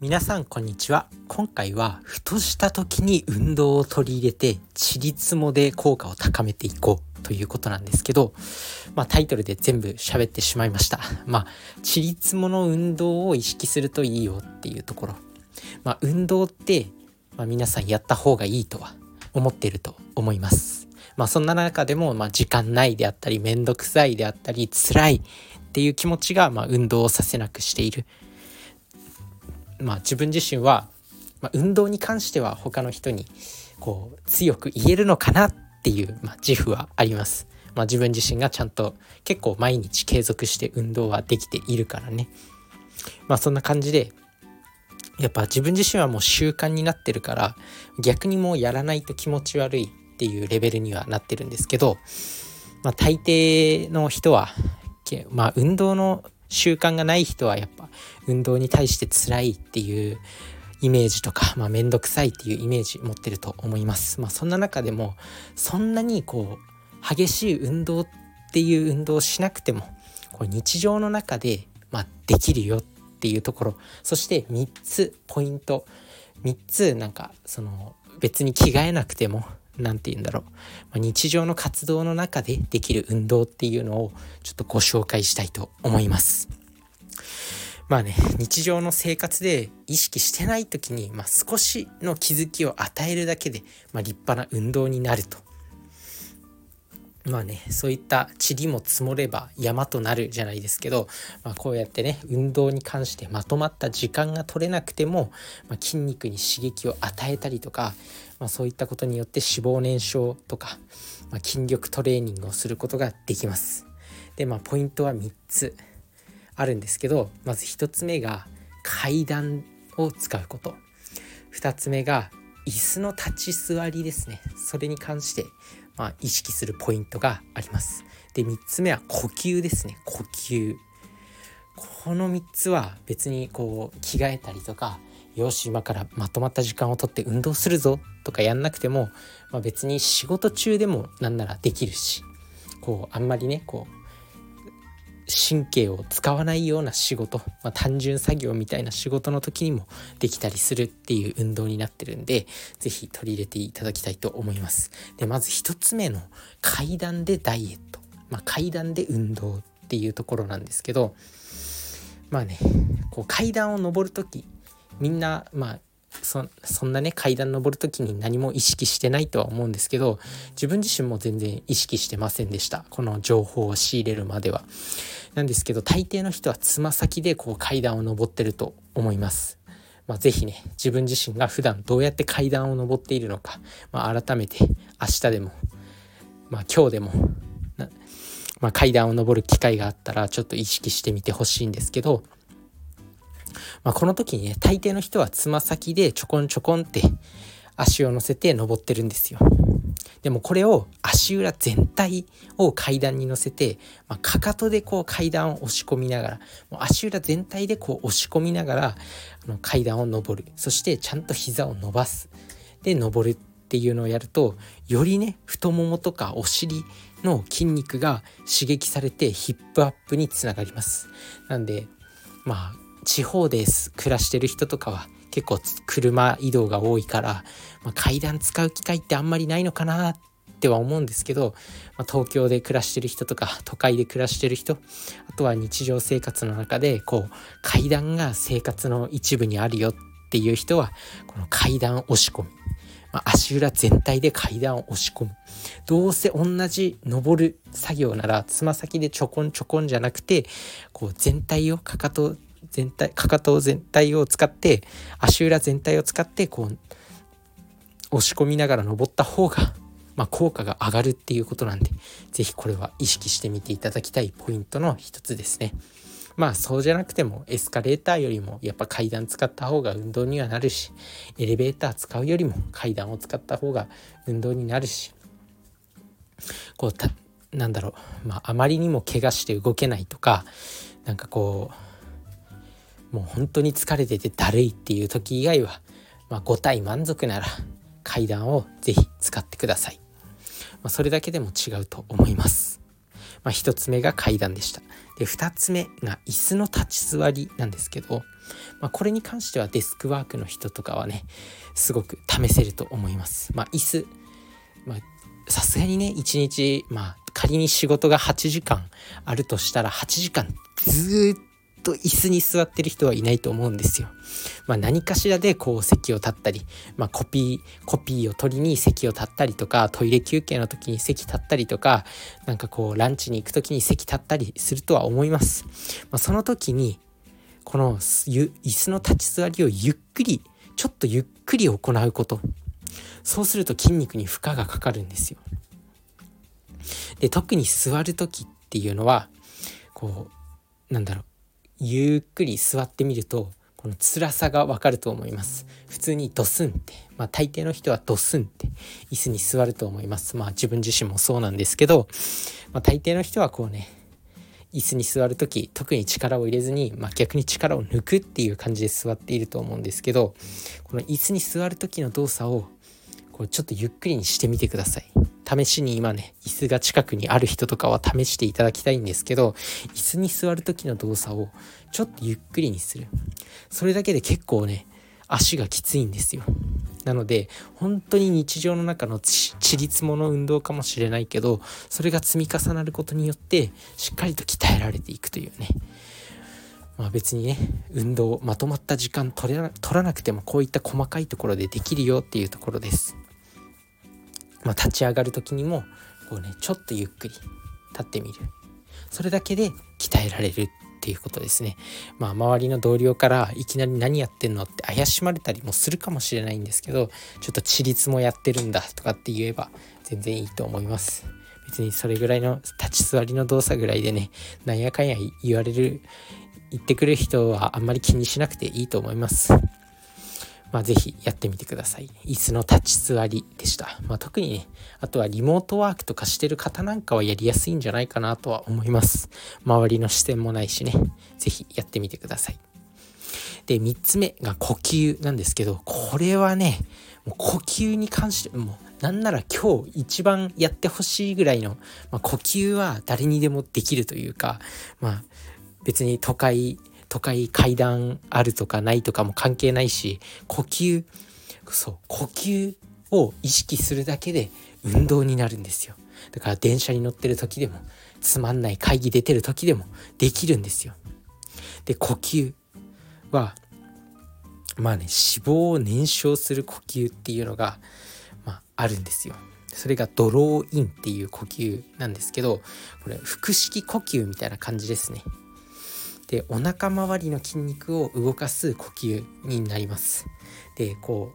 皆さんこんにちは。今回はふとした時に運動を取り入れてちりつもで効果を高めていこうということなんですけど、タイトルで全部喋ってしまいました。ちりつもの運動を意識するといいよっていうところ、運動って、皆さんやった方がいいとは思っていると思います。そんな中でも、時間ないであったりめんどくさいであったり辛いっていう気持ちが、運動をさせなくしている。自分自身は、運動に関しては他の人に強く言えるのかなっていう、自負はあります。自分自身がちゃんと結構毎日継続して運動はできているからね。そんな感じでやっぱ自分自身はもう習慣になってるから、逆にもうやらないと気持ち悪いっていうレベルにはなってるんですけど、大抵の人は、運動の習慣がない人はやっぱ運動に対して辛いっていうイメージとか、めんどくさいっていうイメージ持ってると思います。そんな中でもそんなに激しい運動っていう運動をしなくても日常の中でできるよっていうところ、そして3つポイント、3つ別に着替えなくても日常の活動の中でできる運動っていうのをちょっとご紹介したいと思います。日常の生活で意識してない時に、少しの気づきを与えるだけで、立派な運動になると。そういった塵も積もれば山となるじゃないですけど、こうやってね、運動に関してまとまった時間が取れなくても、筋肉に刺激を与えたりとか、そういったことによって脂肪燃焼とか、筋力トレーニングをすることができます。で、ポイントは3つあるんですけど、まず1つ目が階段を使うこと、2つ目が椅子の立ち座りですね。それに関して意識するポイントがあります。で、3つ目は呼吸ですね。呼吸、この3つは別に着替えたりとか、よし今からまとまった時間をとって運動するぞとかやんなくても、別に仕事中でもなんならできるし、あんまりね神経を使わないような仕事、単純作業みたいな仕事の時にもできたりするっていう運動になってるんで、ぜひ取り入れていただきたいと思います。で、まず一つ目の階段でダイエット、階段で運動っていうところなんですけど、階段を上る時、みんなそんなね階段登る時に何も意識してないとは思うんですけど、自分自身も全然意識してませんでした。この情報を仕入れるまでは。なんですけど、大抵の人はつま先で階段を登ってると思います。ぜひね、自分自身が普段どうやって階段を登っているのか、改めて明日でも、今日でも階段を登る機会があったらちょっと意識してみてほしいんですけど、この時にね、大抵の人はつま先でちょこんちょこんって足を乗せて登ってるんですよ。でもこれを足裏全体を階段に乗せて、かかとで階段を押し込みながら、足裏全体で押し込みながら階段を登る。そしてちゃんと膝を伸ばす。で登るっていうのをやると、よりね、太ももとかお尻の筋肉が刺激されてヒップアップにつながります。なんで地方で暮らしてる人とかは結構車移動が多いから、階段使う機会ってあんまりないのかなっては思うんですけど、東京で暮らしてる人とか都会で暮らしてる人、あとは日常生活の中で階段が生活の一部にあるよっていう人は、この階段押し込み、足裏全体で階段を押し込む。どうせ同じ登る作業ならつま先でちょこんちょこんじゃなくて、全体をかかと全体を使って、足裏全体を使って押し込みながら登った方が、効果が上がるっていうことなんで、ぜひこれは意識してみていただきたいポイントの一つですね。そうじゃなくてもエスカレーターよりもやっぱ階段使った方が運動にはなるし、エレベーター使うよりも階段を使った方が運動になるし、あまりにも怪我して動けないとか、もう本当に疲れててだるいっていう時以外は、5体満足なら階段をぜひ使ってください。それだけでも違うと思います。1つ目が階段でした。で、2つ目が椅子の立ち座りなんですけど、 これに関してはデスクワークの人とかはねすごく試せると思います。椅子、さすがにね1日仮に仕事が8時間あるとしたら8時間ずっと椅子に座ってる人はいないと思うんですよ。何かしらでこう席を立ったり、コピーを取りに席を立ったりとか、トイレ休憩の時に席立ったりとか、なんかこうランチに行く時に席立ったりするとは思います。その時にこの椅子の立ち座りをちょっとゆっくり行うこと、そうすると筋肉に負荷がかかるんですよ。で、特に座る時っていうのはこうゆっくり座ってみるとこの辛さがわかると思います。普通にドスンって、大抵の人はドスンって椅子に座ると思います。自分自身もそうなんですけど、大抵の人はこうね椅子に座るとき特に力を入れずに、逆に力を抜くっていう感じで座っていると思うんですけど、この椅子に座る時の動作をこうちょっとゆっくりにしてみてください。試しに今ね椅子が近くにある人とかは試していただきたいんですけど、椅子に座る時の動作をちょっとゆっくりにする。それだけで結構ね足がきついんですよ。なので本当に日常の中のちりつもの運動かもしれないけど、それが積み重なることによってしっかりと鍛えられていくというね、別にね運動まとまった時間取らなくてもこういった細かいところでできるよっていうところです。立ち上がる時にもこうねちょっとゆっくり立ってみる。それだけで鍛えられるっていうことですね。周りの同僚からいきなり何やってんのって怪しまれたりもするかもしれないんですけど、ちょっとチリツもやってるんだとかって言えば全然いいと思います。別にそれぐらいの立ち座りの動作ぐらいでねなんやかんや言ってくる人はあんまり気にしなくていいと思います。ぜひやってみてください。椅子の立ち座りでした。特にね、あとはリモートワークとかしてる方なんかはやりやすいんじゃないかなとは思います。周りの視線もないしね、ぜひやってみてください。で、3つ目が呼吸なんですけど、これはね、もう呼吸に関してもうなんなら今日一番やってほしいぐらいの、呼吸は誰にでもできるというか、別に都会階段あるとかないとかも関係ないし、呼吸を意識するだけで運動になるんですよ。だから電車に乗ってる時でもつまんない会議出てる時でもできるんですよ。で、呼吸は脂肪を燃焼する呼吸っていうのがあるんですよ。それがドローインっていう呼吸なんですけど、これ腹式呼吸みたいな感じですね。で、お腹周りの筋肉を動かす呼吸になります。で、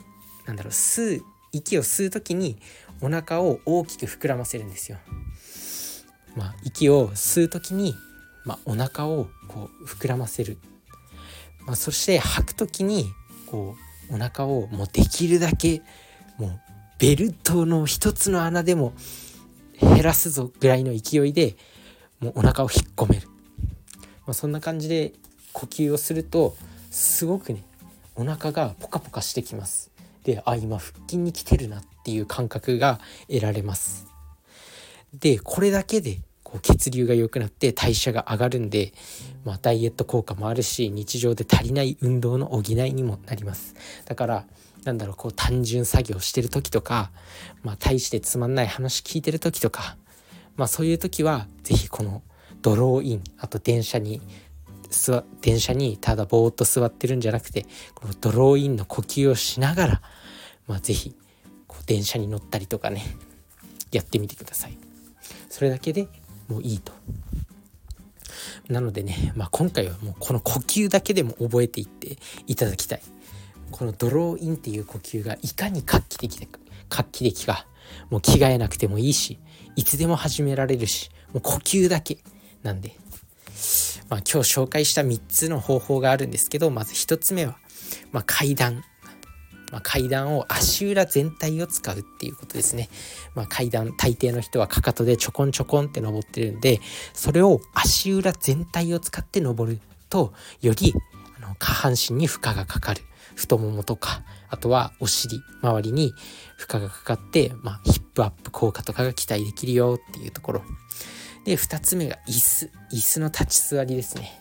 息を吸うときにお腹を大きく膨らませるんですよ。息を吸うときに、お腹をこう膨らませる。そして吐くときにこうお腹をもうできるだけもうベルトの一つの穴でも減らすぞぐらいの勢いでもうお腹を引っ込める。そんな感じで呼吸をするとすごくねお腹がポカポカしてきます。で、今腹筋に来てるなっていう感覚が得られます。で、これだけでこう血流が良くなって代謝が上がるんで、ダイエット効果もあるし、日常で足りない運動の補いにもなります。だからこう単純作業してる時とか、大してつまんない話聞いてる時とか、そういう時はぜひこのドローイン、あと電車にただぼーっと座ってるんじゃなくて、このドローインの呼吸をしながら、ぜひこう電車に乗ったりとかねやってみてください。それだけでもういいと。なのでね、今回はもうこの呼吸だけでも覚えていっていただきたい。このドローインっていう呼吸がいかに画期的か、もう着替えなくてもいいし、いつでも始められるし、もう呼吸だけなんで、今日紹介した3つの方法があるんですけど、まず1つ目は、階段を足裏全体を使うっていうことですね。階段、大抵の人はかかとでちょこんちょこんって登ってるんで、それを足裏全体を使って登るとより下半身に負荷がかかる。太ももとか、あとはお尻周りに負荷がかかって、ヒップアップ効果とかが期待できるよっていうところで、2つ目が椅子の立ち座りですね。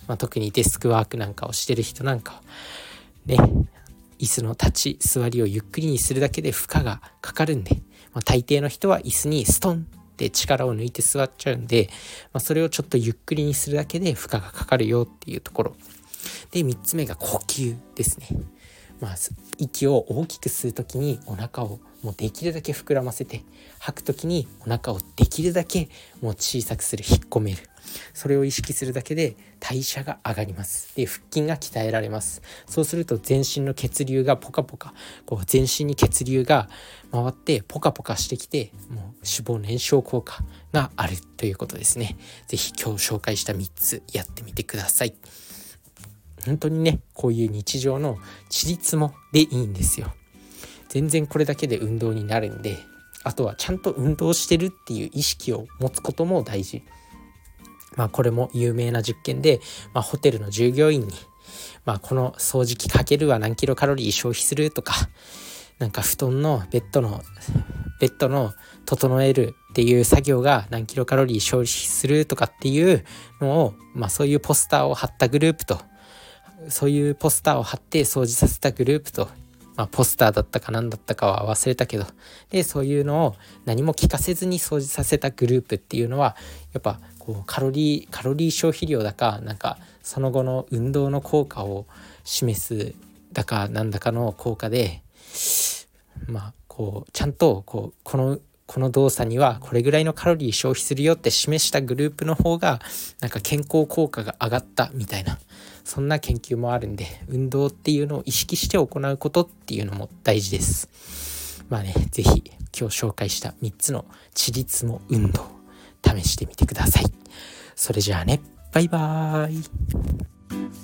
特にデスクワークなんかをしてる人なんかはね、椅子の立ち座りをゆっくりにするだけで負荷がかかるんで、大抵の人は椅子にストンって力を抜いて座っちゃうんで、それをちょっとゆっくりにするだけで負荷がかかるよっていうところで、3つ目が呼吸ですね。息を大きく吸うときにお腹をもうできるだけ膨らませて、吐くときにお腹をできるだけもう小さくする、引っ込める、それを意識するだけで代謝が上がります。で、腹筋が鍛えられます。そうすると全身の血流がポカポカ、全身に血流が回ってポカポカしてきて、もう脂肪燃焼効果があるということですね。ぜひ今日紹介した3つやってみてください。本当にね、こういう日常のちりつもでいいんですよ。全然これだけで運動になるんで、あとはちゃんと運動してるっていう意識を持つことも大事。これも有名な実験で、ホテルの従業員に、この掃除機かけるは何キロカロリー消費するとか、なんか布団のベッドの整えるっていう作業が何キロカロリー消費するとかっていうのを、そういうポスターを貼ったグループと、そういうポスターを貼って掃除させたグループと、ポスターだったか何だったかは忘れたけど、でそういうのを何も聞かせずに掃除させたグループっていうのは、やっぱカロリー消費量だか、なんかその後の運動の効果を示すだかなんだかの効果で、ちゃんとこの動作にはこれぐらいのカロリー消費するよって示したグループの方がなんか健康効果が上がったみたいな、そんな研究もあるんで、運動っていうのを意識して行うことっていうのも大事です。ぜひ今日紹介した3つのちりつも運動試してみてください。それじゃあね、バイバーイ。